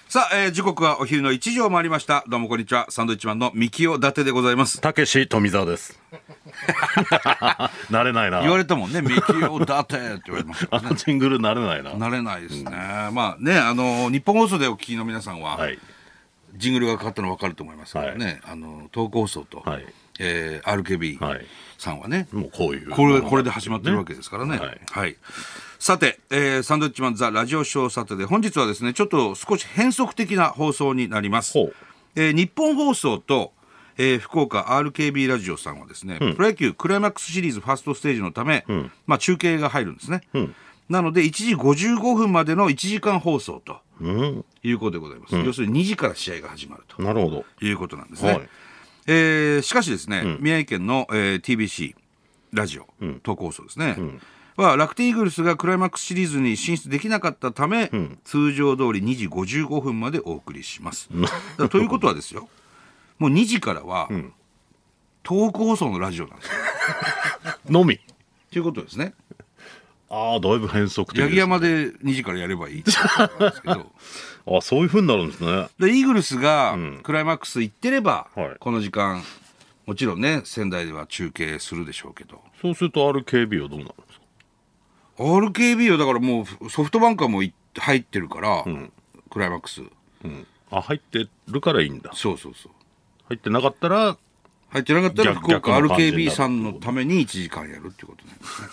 さあ、時刻はお昼の1時を回りました。どうもこんにちは。サンドイッチマンの三木尾伊達でございます。 たけし富澤です。慣れないな。 言われたもんね、三木尾伊達って言われました、ね。 ジングル慣れないな。 慣れないですね。まあね、日本放送でお聞きの皆さんは、はい、ジングルがかかったの分かると思いますけどね、はい、東北放送と、はい、RKB さんはね、 もうこういうこれで始まってるわけですからね。はい。はい、さて、サンドイッチマンザラジオショーサタデー、本日はですね、ちょっと少し変則的な放送になります。日本放送と、福岡 RKB ラジオさんはですね、プロ野球クライマックスシリーズファーストステージのため、中継が入るんですね。なので1時55分までの1時間放送ということでございます。要するに2時から試合が始まるということなんですね。しかしですね、宮城県の、TBC ラジオ、東北放送ですね、は楽天イーグルスがクライマックスシリーズに進出できなかったため、通常通り2時55分までお送りします。ということはですよ、もう2時からは、東北放送のラジオなんですよ。 のみということですね。 ああ、だいぶ変則的ですね。 八木山で2時からやればいいってことなんですけどあ、そういう風になるんですね。 でイーグルスがクライマックス行ってれば、この時間もちろんね、仙台では中継するでしょうけど。 そうすると RKB はどうなるんですか？ RKB はだからもうソフトバンクはもう入ってるから、クライマックス、 あ、入ってるからいいんだ。 そうそうそう。 入ってなかったら福岡 RKB さんのために1時間やるっていうことなんです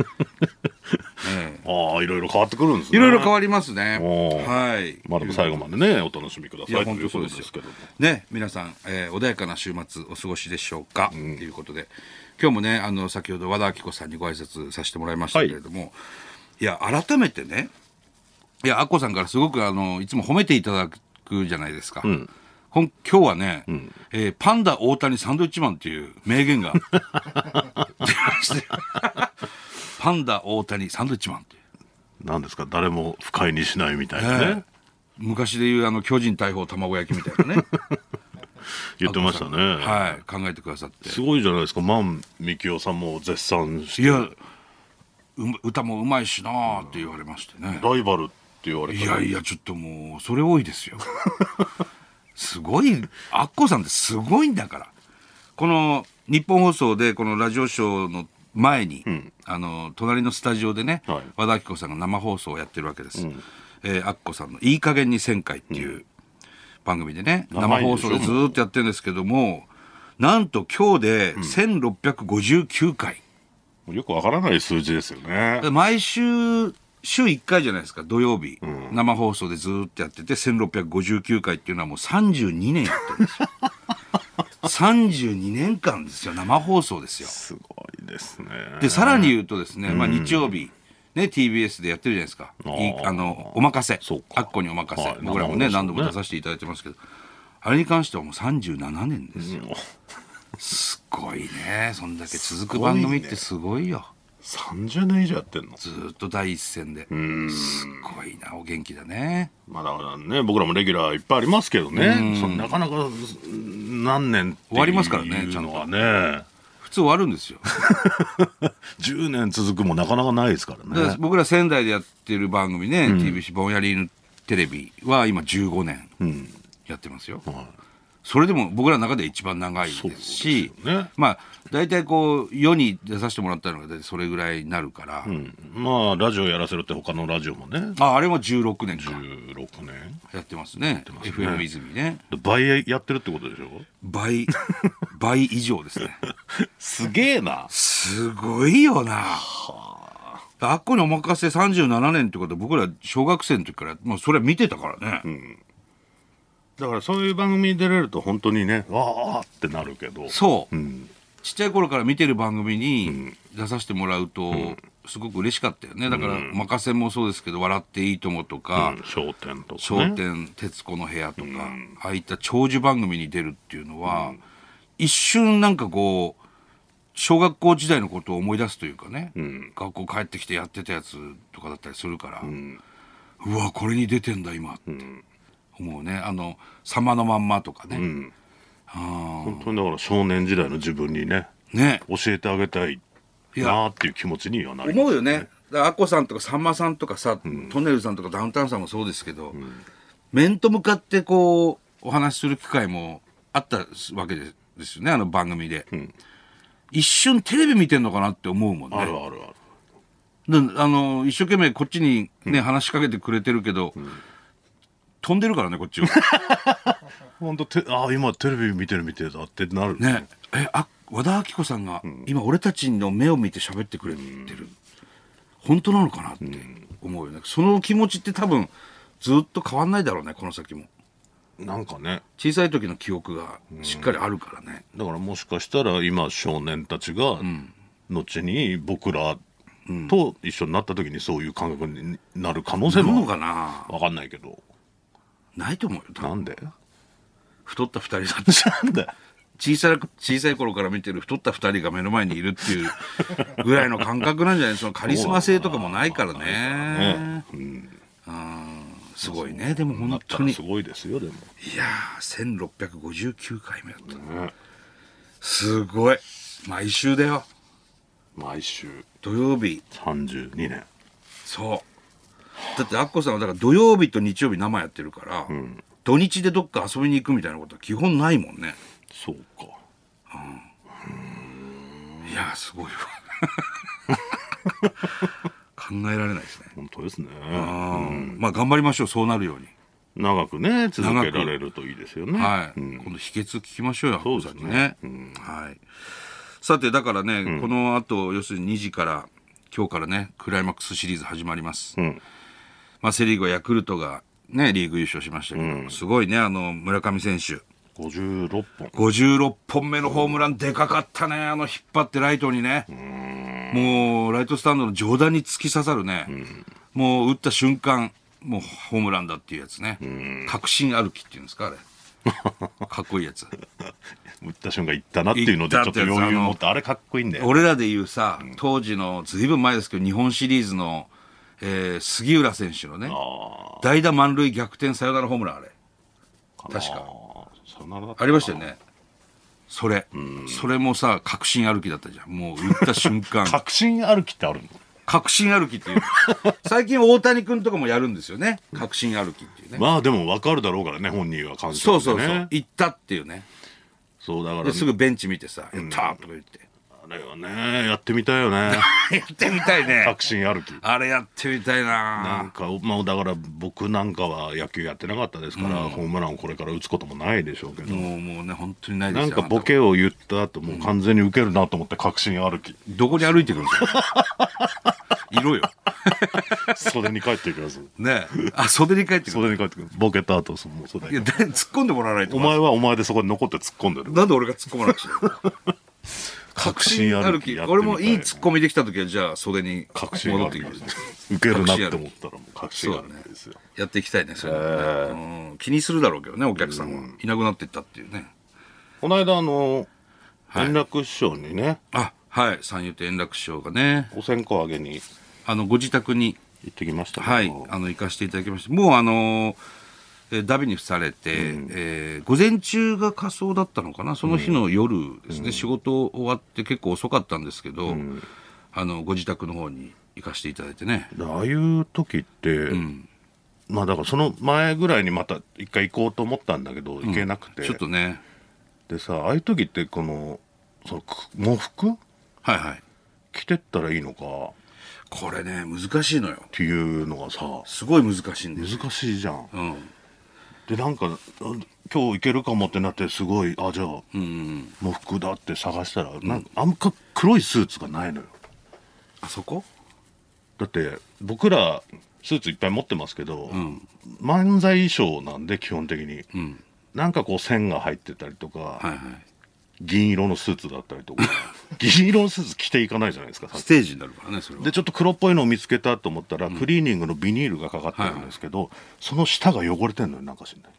ね。 ああ、いろいろ変わってくるんですね。 いろいろ変わりますね。はい。 まあでも最後までね、お楽しみください。いや本当そうですけどもね、皆さん、穏やかな週末お過ごしでしょうか、ということで、今日もね、先ほど和田アキ子さんにご挨拶させてもらいましたけれども、いや改めてね、いやアッコさんからすごくいつも褒めていただくじゃないですか。今日はね、パンダ大谷サンドイッチマンっていう名言が出ましてパンダ大谷サンドイッチマンって何ですか？誰も不快にしないみたいなね、 昔でいう巨人大砲卵焼きみたいなね言ってましたね。 はい、考えてくださって、 すごいじゃないですか。万みきおさんも絶賛して、 いや歌もうまいしなーって言われましてね、 ライバルって言われたら、 いやちょっともうそれ多いですよすごい、アッコさんってすごいんだから。この日本放送でこのラジオショーの前に、隣のスタジオでね、和田アキ子さんが生放送をやってるわけです。アッコさんのいい加減に1000回っていう番組でね、生放送でずっとやってるんですけども、なんと今日で1659回、 よくわからない数字ですよね。 毎週1回じゃないですか、土曜日、生放送でずっとやってて1659回っていうのはもう32年やってるんですよ32年間ですよ、生放送ですよ。 すごいですね。 でさらに言うとですね、日曜日ね TBS でやってるじゃないですか、おまかせ、アッコにおまかせ、僕らもね何度も出させていただいてますけど、あれに関してはもう37年ですよ。すごいね、そんだけ続く番組ってすごいよ。 30年以上やってんの？ ずっと第一線で。すごいな、お元気だね。 まあだからね、僕らもレギュラーいっぱいありますけどね、なかなか何年って終わりますからね、 いうのはね、 普通終わるんですよ 10年続くもなかなかないですからね。 僕ら仙台でやってる番組ね、TBC ぼんやり犬テレビは今15年やってますよ。それでも僕らの中で一番長いですし、まあ大体こう世に出させてもらったのが大体それぐらいになるから、 まあラジオやらせるって他のラジオもね、 あれも16年か 16年やってますね。FM 泉ね、 倍やってるってことでしょ。 倍以上ですねすげえな、 すごいよな。あっこにおまかせ37年ってことは僕ら小学生の時からもうそれは見てたからね、 だからそういう番組に出れると本当にね、わーってなるけど、 そう、ちっちゃい頃から見てる番組に出させてもらうとすごく嬉しかったよね。だから「おまかせ」もそうですけど「笑っていいとも」とか 『笑点』とかね、 笑点徹子の部屋とか、ああいった長寿番組に出るっていうのは、一瞬なんかこう小学校時代のことを思い出すというかね、学校帰ってきてやってたやつとかだったりするから、うわこれに出てんだ今って思うね。さまのまんまとかね、 本当にだから少年時代の自分にね教えてあげたいなっていう気持ちにはなりますね。 思うよね。だからアッコさんとかさんまさんとかさ、トンネルさんとかダウンタウンさんもそうですけど、 面と向かってこうお話しする機会もあったわけですよね、あの番組で、一瞬テレビ見てんのかなって思うもんね。 あるあるある。 で一生懸命こっちにね、話しかけてくれてるけど、飛んでるからねこっちは。 本当今テレビ見てるみてえだってなるね。和田アキ子さんが今俺たちの目を見て喋ってくれてる、本当なのかなって思うよね。その気持ちって多分ずっと変わんないだろうね、この先も。 なんかね、 小さい時の記憶がしっかりあるからね。 だからもしかしたら今少年たちが後に僕らと一緒になった時にそういう感覚になる可能性もなるのかな。 分かんないけど。 ないと思うよ多分。 なんで太った2人だってなんで小さい頃から見てる太った2人が目の前にいるっていうぐらいの感覚なんじゃない。そのカリスマ性とかもないからね。すごいね。でも本当にすごいですよ。でもいやー1659回目だった、すごい。毎週だよ。 毎週土曜日 32年。 そうだってアッコさんはだから土曜日と日曜日生やってるから、土日でどっか遊びに行くみたいなことは基本ないもんね。 そうか。 いやすごいわ。考えられないですね。 本当ですね。 まあ頑張りましょう、そうなるように。 長くね続けられるといいですよね。 はい、今度秘訣聞きましょうよ、 そうですね。 はい。さてだからね、この後要するに2時から今日からねクライマックスシリーズ始まります。まあセリーグはヤクルトがねリーグ優勝しましたけど、すごいね村上選手。56本目のホームランでかかったね。引っ張ってライトにね、もうライトスタンドの上段に突き刺さるね、もう打った瞬間もうホームランだっていうやつね、確信歩きっていうんですかあれ。かっこいいやつ。 打った瞬間いったなっていうのでちょっと余裕持ってあれかっこいいんだよ。 俺らで言うさ、当時のずいぶん前ですけど日本シリーズの、杉浦選手のね代打満塁逆転サヨナラホームラン、あれ確かありましたよね。それもさ確信歩きだったじゃん。もう打った瞬間確信歩きってあるの。 確信歩きっていう最近大谷君とかもやるんですよね、確信歩きっていうね。 まあでも分かるだろうからね、本人は感じてそう行ったっていうね。 そうだからですぐベンチ見てさ「やった!」とか言って、 あれはねやってみたいよね。 やってみたいね。 確信歩きあれやってみたいな。 なんかまあだから僕なんかは野球やってなかったですから、ホームランをこれから打つこともないでしょうけど、 もうね本当にないですよ。 なんかボケを言った後もう完全に受けるなと思って確信歩き、 どこに歩いてくるんですか。いろよ。 袖に帰っていきますねえ。袖に帰ってくる。 袖に帰ってくる。ボケた後もう袖に。 いや突っ込んでもらわないと。 お前はお前でそこに残って突っ込んでる。 なんで俺が突っ込まなくちゃ。 確信歩き。 俺もいい突っ込みできた時はじゃあ袖に戻ってきます。 受けるなって思ったらもう確信歩きですよ。 やっていきたいねそれね。気にするだろうけどねお客さんは。いなくなっていったっていうね。 この間円楽師匠にね。 はい、三遊亭円楽師匠がねお線香あげにご自宅に行ってきましたけど、はい、行かせていただきました。もうダビに付されて、午前中が火葬だったのかな、その日の夜ですね、仕事終わって結構遅かったんですけど、ご自宅の方に行かせていただいてね。 ああいう時って、まあだからその前ぐらいにまた一回行こうと思ったんだけど行けなくて、 ちょっとね。 でさ、ああいう時ってその喪服着てったらいいのか、 これね難しいのよっていうのがさ、 すごい難しいんですよ。 難しいじゃん。でなんか今日行けるかもってなってすごいじゃあ喪服だって探したらなんかあんま黒いスーツがないのよ。 あそこだって僕らスーツいっぱい持ってますけど、漫才衣装なんで基本的に、なんかこう線が入ってたりとか、銀色のスーツだったりとか銀色のスーツ着ていかないじゃないですか。 ステージになるからねそれは。 でちょっと黒っぽいのを見つけたと思ったら、クリーニングのビニールがかかってるんですけど、その下が汚れてんのよ。なんかしんない。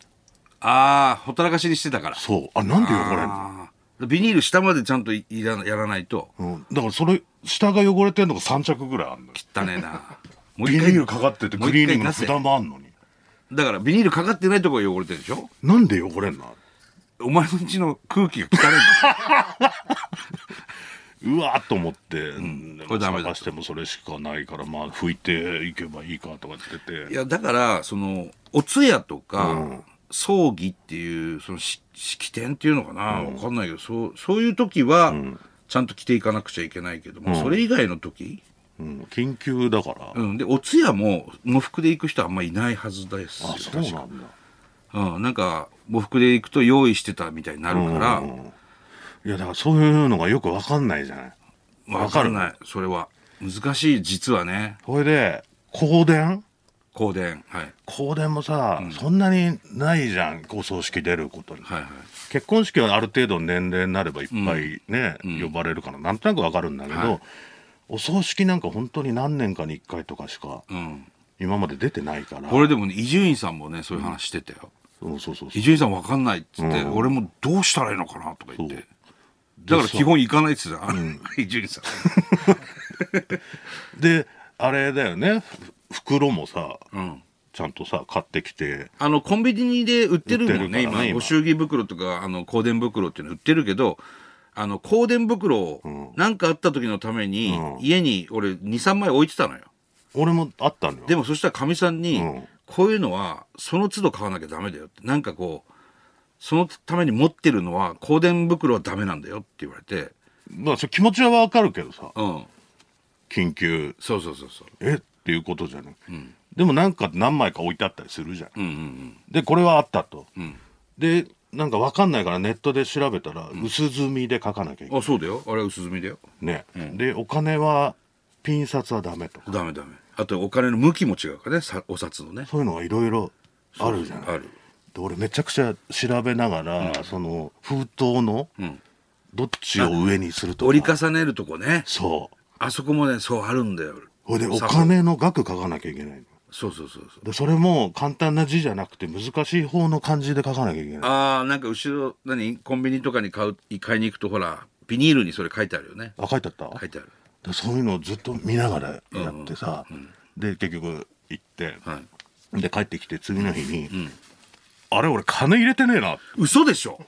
ほったらかしにしてたから。 そうなんで汚れんの。 ビニール下までちゃんとやらないと、 だからそれ下が汚れてんのが3着ぐらいあるのよ。 汚ねえな。 ビニールかかっててクリーニングの札もあんのに。 だからビニールかかってないとこが汚れてるでしょ。 なんで汚れんの。 お前のうちの空気が汚いんだ。 うわーっと思って、 これダメだ探してもそれしかないから、まあ拭いていけばいいかとか言ってて。 いやだからそのお通夜とか、葬儀っていうその式典っていうのかな、わかんないけど、そういう時は、ちゃんと着ていかなくちゃいけないけども、それ以外の時、 緊急だから。 でお通夜も喪服で行く人はあんまいないはずですよ。 そうなんだ。 なんか喪服で行くと用意してたみたいになるから、 いやだからそういうのがよく分かんないじゃない。 分かんない。それは難しい、実はね。 それで香典はい。 香典もさ、そんなにないじゃん、お葬式出ることに。 はいはい。 結婚式はある程度年齢になればいっぱいね、呼ばれるからなんとなく分かるんだけど、お葬式なんか本当に何年かに1回とかしか今まで出てないから。 これでもね、伊集院さんもねそういう話してたよ。 そう伊集院さん分かんないっつって、俺もどうしたらいいのかなとか言って、だから基本行かないっつってた伊集院さんであれだよね、袋もさ、ちゃんとさ買ってきて、 コンビニで売ってるもんね今。ご祝儀袋とか香典袋っていうの売ってるけど、香典袋を何かあった時のために、家に俺 2,3 枚置いてたのよ。 俺もあったのよ。 でもそしたらかみさんに、こういうのはその都度買わなきゃダメだよって、なんかこうそのために持ってるのは香典袋はダメなんだよって言われて。 まあそれ気持ちはわかるけどさ、緊急そうっていうことじゃない、でもなんか何枚か置いてあったりするじゃん、でこれはあったと、でなんかわかんないからネットで調べたら、薄墨で書かなきゃいけない。 そうだよ、あれは薄墨だよね、でお金はピン札はダメとか。 ダメ。あとお金の向きも違うからね、お札のね。 そういうのがいろいろあるじゃない。 ある。 で俺めちゃくちゃ調べながら、その封筒のどっちを上にするとか、 折り重ねるとこね。 そう、 あそこもね、そうあるんだよ。 それでお金の額書かなきゃいけない。 そうでそれも簡単な字じゃなくて難しい方の漢字で書かなきゃいけない。 なんか後ろコンビニとかに買いに行くとほらビニールにそれ書いてあるよね。 書いてあった。 書いてある。 でそういうのをずっと見ながらやってさ、で結局行って、で帰ってきて次の日に、あれ俺金入れてねえな。 嘘でしょ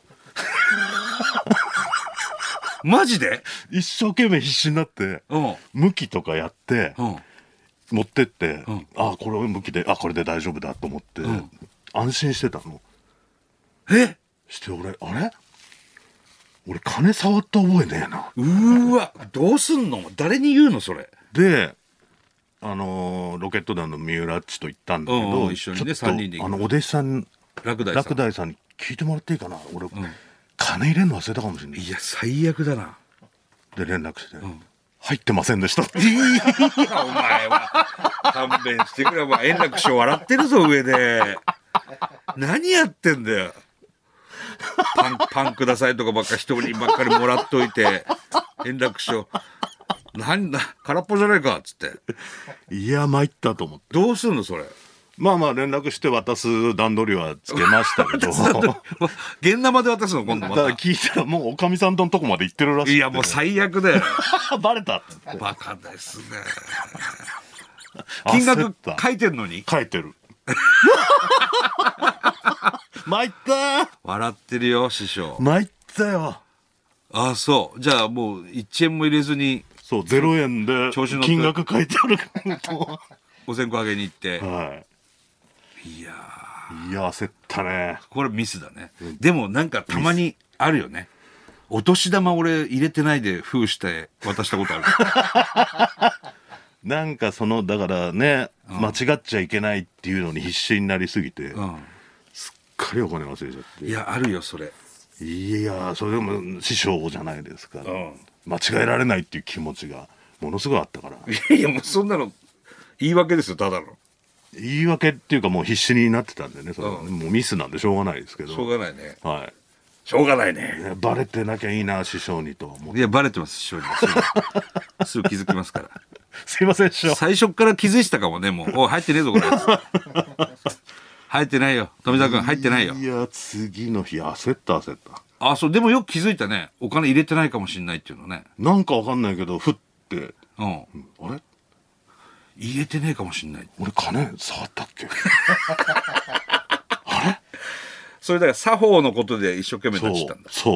マジで一生懸命必死になって向きとかやって、持ってって、これ向きでこれで大丈夫だと思って、安心してたの。して俺俺金触った覚えねえな。 うわ、どうすんの、誰に言うのそれ。 でロケット団の三浦っちと行ったんだけど、 一緒にね3人でお弟子さん楽大さんに聞いてもらっていいかな、俺、金入れんの忘れたかもしれない。 いや最悪だな。 で連絡して、入ってませんでした。 いやお前は勘弁してくれ。お前円楽師匠笑ってるぞ上で。何やってんだよ。パンくださいとかばっか一人ばっかりもらっといて、円楽師匠なんだ空っぽじゃないかっつって。 いや参ったと思って。 どうすんのそれ。 まあ連絡して渡す段取りはつけましたけど現生で渡すの今度また。 だから聞いたらもうおかみさんとのとこまで行ってるらしい。 いやもう最悪だよバレた。 バカですね。金額書いてんのに。 書いてる参った笑ってるよ師匠。 参ったよ。 そうじゃあもう1円も入れずに、 そう0円で金額書いてあるお線香あげに行って、いや焦ったね。 これミスだね、でもなんかたまにあるよね。お年玉俺入れてないで封して渡したことあるなんかだからね、間違っちゃいけないっていうのに必死になりすぎて、すっかりお金忘れちゃって。 いやあるよそれ。 いやそれでも師匠じゃないですか、間違えられないっていう気持ちがものすごいあったから。 いやもうそんなの言い訳ですよ、ただの言い訳っていうかもう必死になってたんでね、それはもうミスなんでしょうがないですけど。 しょうがないね。 しょうがないね。 バレてなきゃいいな師匠にとは思って。 いやバレてます師匠にすぐ気づきますからすいません師匠。 最初から気づいてたかもね。もう入ってねえぞこれ入ってないよ富澤君、入ってないよ。 いや次の日焦ったそうでもよく気づいたね。お金入れてないかもしれないっていうのね。 なんかわかんないけどふってあれ入れてねえかもしれない。 俺金触ったっけあれそれだから作法のことで一生懸命になっちゃったんだ。 そう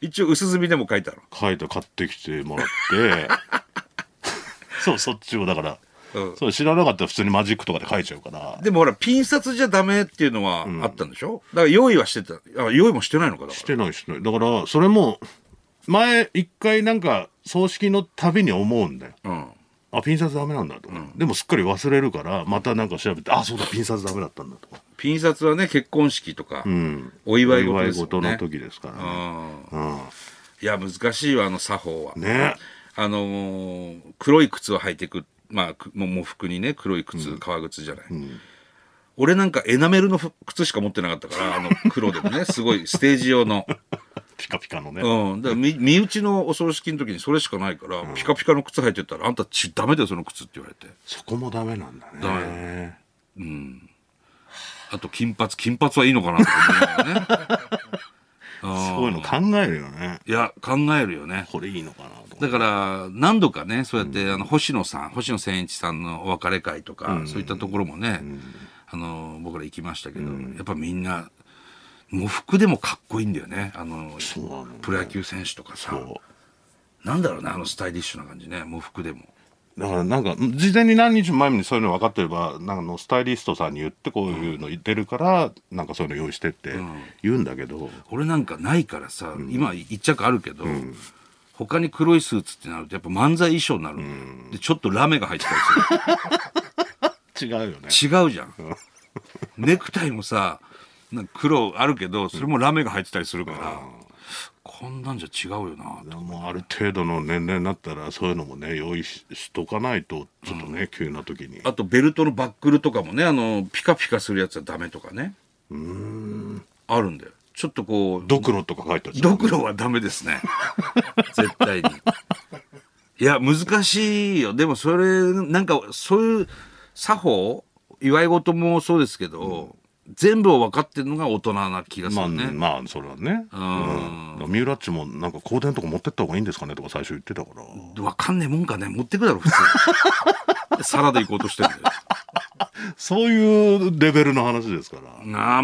一応薄墨でも書いたの。 買ってきてもらってそう、そっちをだから、そう知らなかったら普通にマジックとかで書いちゃうから。 でもほらピン札じゃダメっていうのはあったんでしょ、だから用意はしてた。用意もしてないのか。だからしてない。だからそれも前一回なんか葬式のたびに思うんだよ、ピン札ダメなんだとか、でもすっかり忘れるからまたなんか調べて、そうだピン札ダメだったんだとか。 ピン札はね結婚式とか、お祝い事ですよね。 お祝い事の時ですからね。 いや難しいわ作法はね。 黒い靴を履いていく、喪服にね黒い靴、革靴じゃない、俺なんかエナメルの靴しか持ってなかったから黒でもねすごいステージ用のピカピカのね。 だから身内のお葬式の時にそれしかないから、ピカピカの靴履いてったら、あんたダメだよその靴って言われて。 そこもダメなんだね。 ダメ。あと金髪はいいのかなと思いながらねそういうの考えるよね。 いや考えるよね。 これいいのかなと。 だから何度かねそうやって星野千一さんのお別れ会とか、そういったところもね、僕ら行きましたけど、やっぱみんな喪服でもかっこいいんだよね。プロ野球選手とかさ、なんだろうねスタイリッシュな感じね、喪服でも。 だからなんか事前に何日も前にそういうの分かってればなんかスタイリストさんに言ってこういうの言ってるから、なんかそういうの用意してって言うんだけど、 俺なんかないからさ、今一着あるけど、他に黒いスーツってなるとやっぱ漫才衣装になる、でちょっとラメが入ってたりする違うよね。 違うじゃんネクタイもさなんか黒あるけどそれもラメが入ってたりするから、こんなんじゃ違うよなと。 もうある程度の年齢になったらそういうのもね用意 しとかないとちょっとね、急な時に。 あとベルトのバックルとかもねピカピカするやつはダメとかねあるんだよ。ちょっとこうドクロとか書いてある。 ドクロはダメですね絶対に。いや難しいよ。でもそれなんかそういう作法祝い事もそうですけど、全部を分かってるのが大人な気がするね。 それはね。三浦っちもなんか香典とか持ってった方がいいんですかねとか最初言ってたから。 分かんねえもんかね。持ってくだろ普通サラダ行こうとしてるんだよそういうレベルの話ですから。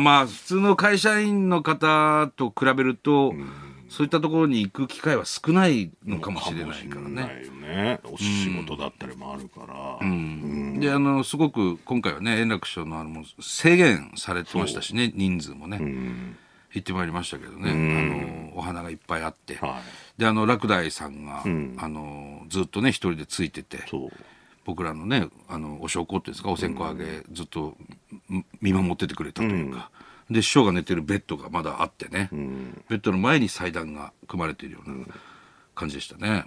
普通の会社員の方と比べると、そういったところに行く機会は少ないのかもしれないからね。 ないよね。お仕事だったりもあるから。 ですごく今回はね円楽師匠のも制限されてましたしね、人数もね、行ってまいりましたけどね、お花がいっぱいあって、で落第さんが、ずっとね一人でついてて、僕らのねお焼香っていうんですか、お線香あげずっと見守っててくれたというか、で師匠が寝てるベッドがまだあってね、ベッドの前に祭壇が組まれているような感じでしたね。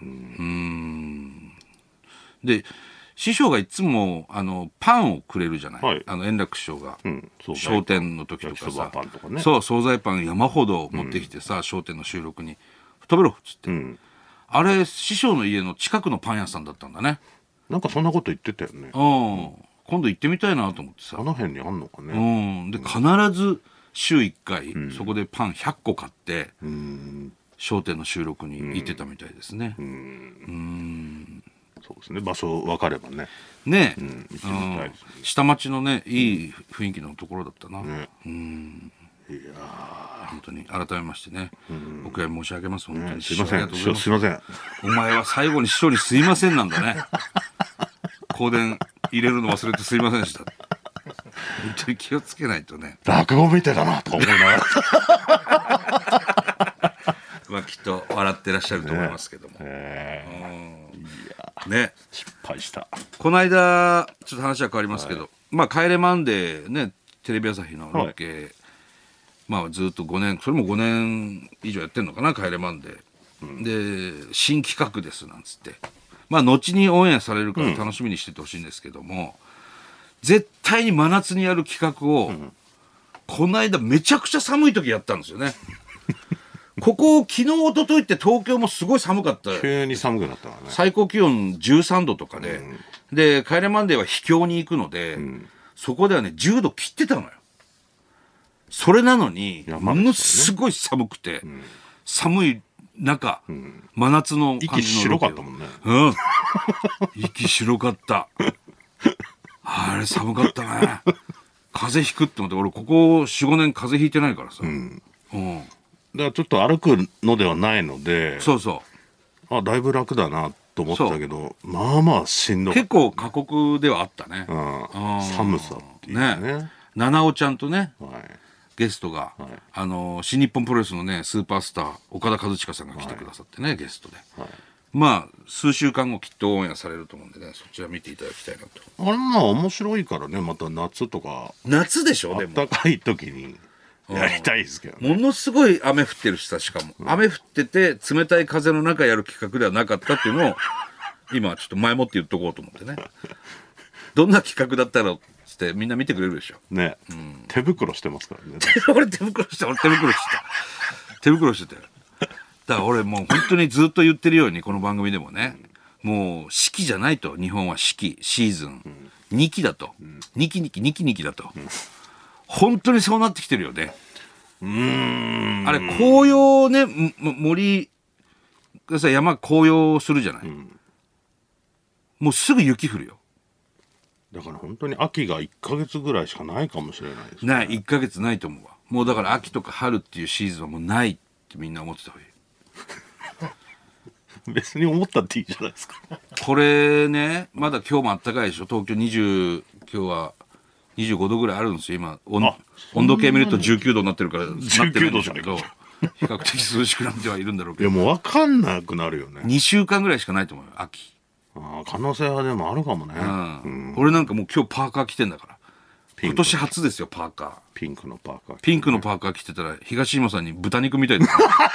で師匠がいつもパンをくれるじゃない、円楽師匠が、笑点の時とかさ、そう惣菜パン山ほど持ってきてさ、笑点の収録に食べろっつって、あれ師匠の家の近くのパン屋さんだったんだね。 なんかそんなこと言ってたよね。 今度行ってみたいなと思ってさ。 あの辺にあんのかね。 で必ず週1回、そこでパン100個買って笑点の収録に行ってたみたいですね。 そうですね。場所分かればね。 ねえ、下町のねいい雰囲気のところだったな。いや本当に改めましてね、お悔やみ申し上げます。本当にすいません。すいません。 お前は最後に師匠にすいませんなんだね。香典入れるの忘れてすいませんでした。本当に気をつけないとね。 落語みたいだなと思いながらきっと笑ってらっしゃると思いますけども。ね、 失敗した。 この間ちょっと話は変わりますけど、帰れマンデーね、テレビ朝日のロケ、ずっと5年、それも5年以上やってんのかな、帰れマンデー、で新企画ですなんつって、後にオンエアされるから楽しみにしててほしいんですけども、絶対に真夏にやる企画を、この間めちゃくちゃ寒い時やったんですよねここ昨日一昨日って東京もすごい寒かった。 急に寒くなったからね。 最高気温13度とかで、で帰れマンデーは秘境に行くので、そこではね10度切ってたのよ。それなのにものすごい寒くて、寒い中、真夏の感じのロケ。 息白かったもんね。 息白かったあれ寒かったね。風邪ひくって思って、俺ここ 4,5 年風邪ひいてないからさ、 からちょっと歩くのではないので、 そうそう、 だいぶ楽だなと思ったけど、まあまあしんどかった。 結構過酷ではあったね。 寒さっていうね。 七尾ちゃんとね、 はい、 ゲストが、新日本プロレスのねスーパースター岡田和親さんが来てくださってね、ゲストで、まあ数週間後きっとオンエアされると思うんでね、そちら見ていただきたいなと。 あれまあ面白いからね、また夏とか夏でしょ、でも暖かい時にやりたいですけどね。 ものすごい雨降ってるしさ、しかも、雨降ってて冷たい風の中やる企画ではなかったっていうのを今ちょっと前もって言っとこうと思ってね。どんな企画だったらってみんな見てくれるでしょね、手袋してますからね。 俺手袋してたよ。だから俺もう本当にずっと言ってるようにこの番組でもね、もう四季じゃないと、日本は四季シーズン、2期だと、2期だと、本当にそうなってきてるよね。あれ紅葉ね、森がさ、山紅葉するじゃない、もうすぐ雪降るよ。 だから本当に秋が1ヶ月ぐらいしかないかもしれないですね。 ない、1ヶ月ないと思うわ。もうだから秋とか春っていうシーズンはもうないってみんな思ってた方がいい。 別に思ったっていいじゃないですか。 これね、まだ今日もあったかいでしょ。東京今日は25度ぐらいあるんですよ今。温度計見ると19度になってるからなってるんでしょうけど、比較的涼しくなってはいるんだろうけど。 いやもう分かんなくなるよね。 2週間ぐらいしかないと思うよ、秋。 可能性はでもあるかもね。 俺なんかもう今日パーカー着てんだから。今年初ですよ、パーカー。 ピンクのパーカー、 ピンクのパーカー着てたら東島さんに豚肉みたいだ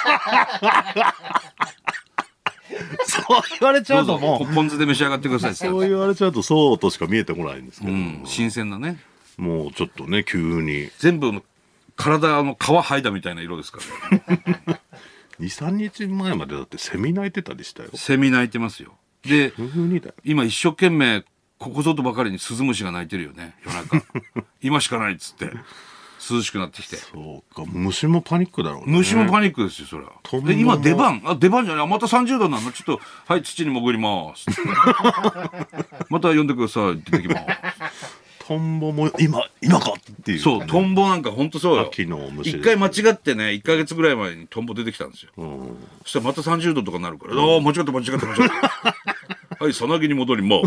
そう言われちゃうともうポン酢で召し上がってくださいって。 そう言われちゃうとそうとしか見えてこないんですけど、 新鮮なね、 もうちょっとね急に全部体の皮剥いだみたいな色ですからね。 23日前までだってセミ鳴いてたりしたよ。 セミ鳴いてますよ。でだよ今一生懸命ここぞとばかりにスズムシが鳴いてるよね、夜中。今しかないっつって涼しくなってきて。 そうか、虫もパニックだろうね。 虫もパニックですよ、それは。で今出番じゃない、また30度なの、ちょっとはい土に潜りますまた呼んでください、出てきます。 トンボも今かっていう、ね、 そう、トンボなんか本当そうよ。 秋の虫一回間違ってね、1ヶ月ぐらい前にトンボ出てきたんですよ。そしたらまた30度とかになるから、間違ったはい、さなぎに戻ります。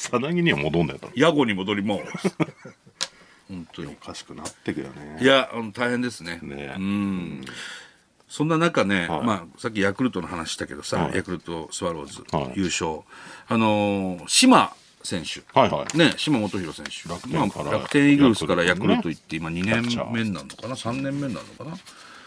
さなぎには戻んないだろ。 ヤゴに戻ります。本当におかしくなってくよね。 いや大変ですね。そんな中ね、まあさっきヤクルトの話したけどさ、ヤクルトスワローズ、優勝、島選手、ね、島本博選手、楽天イーグルスからヤクルト行って今2年目なのかな、3年目なのかな。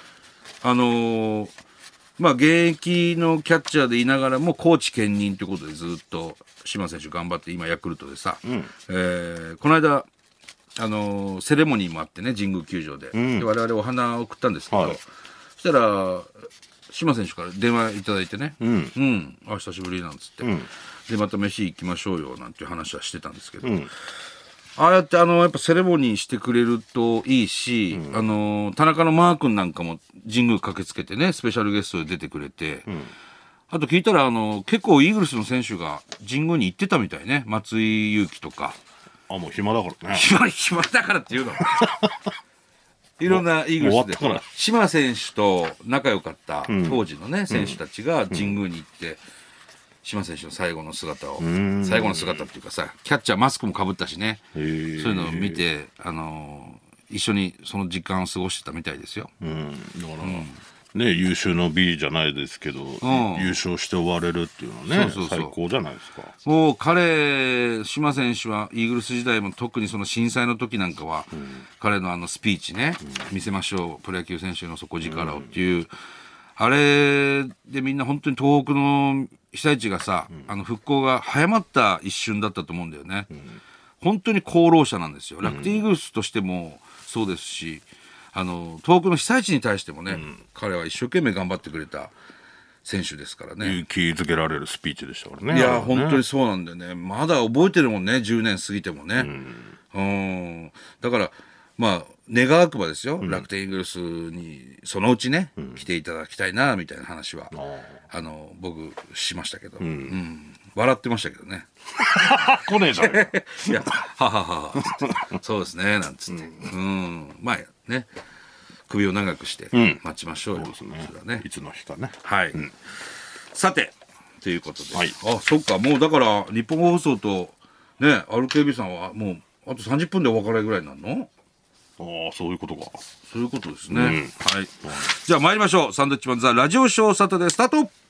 まあ現役のキャッチャーでいながらもコーチ兼任ということでずっと島選手頑張って今ヤクルトでさ、この間セレモニーもあってね、神宮球場で、で我々お花を送ったんですけど、そしたら島選手から電話いただいてね、久しぶりなんつって、でまた飯行きましょうよなんていう話はしてたんですけど、ああやってやっぱセレモニーしてくれるといいし、田中のマー君なんかも神宮駆けつけてね、スペシャルゲストで出てくれて、あと聞いたら結構イーグルスの選手が神宮に行ってたみたいね、松井裕樹とか。 もう暇だからね。 暇だからっていうのいろんなイーグルスで島選手と仲良かった当時のね、選手たちが神宮に行って、島選手の最後の姿っていうかさ、キャッチャーマスクもかぶったしね、そういうのを見て一緒にその時間を過ごしてたみたいですよ。 だからね、優秀の美じゃないですけど、優勝して終われるっていうのはね、最高じゃないですか。もう島選手はイーグルス時代も特にその震災の時なんかは、彼のスピーチね、見せましょうプロ野球選手の底力をっていう、あれでみんな本当に東北の被災地がさ、復興が早まった一瞬だったと思うんだよね。本当に功労者なんですよ。楽天イーグルスとしてもそうですし、東北の被災地に対してもね、彼は一生懸命頑張ってくれた選手ですからね。 勇気づけられるスピーチでしたからね。 いや、本当にそうなんだよね。まだ覚えてるもんね、10年過ぎてもね。だからまあ願わくばですよ、楽天イーグルスにそのうちね、来ていただきたいなみたいな話は僕しましたけど、笑ってましたけどね。 来ねえじゃん。 いや、ははははそうですねなんつって、まあね、 首を長くして待ちましょうよ、 そうですね。 それはね。 いつの日かね。 はい、さてということで、 はい、 あ、そっか、もうだから日本放送とね RKB さんはもうあと30分でお別れぐらいになるの？ ああ、そういうことか。 そういうことですね、はい、じゃあ参りましょう。サンドウィッチマンザラジオショーサタデースタート。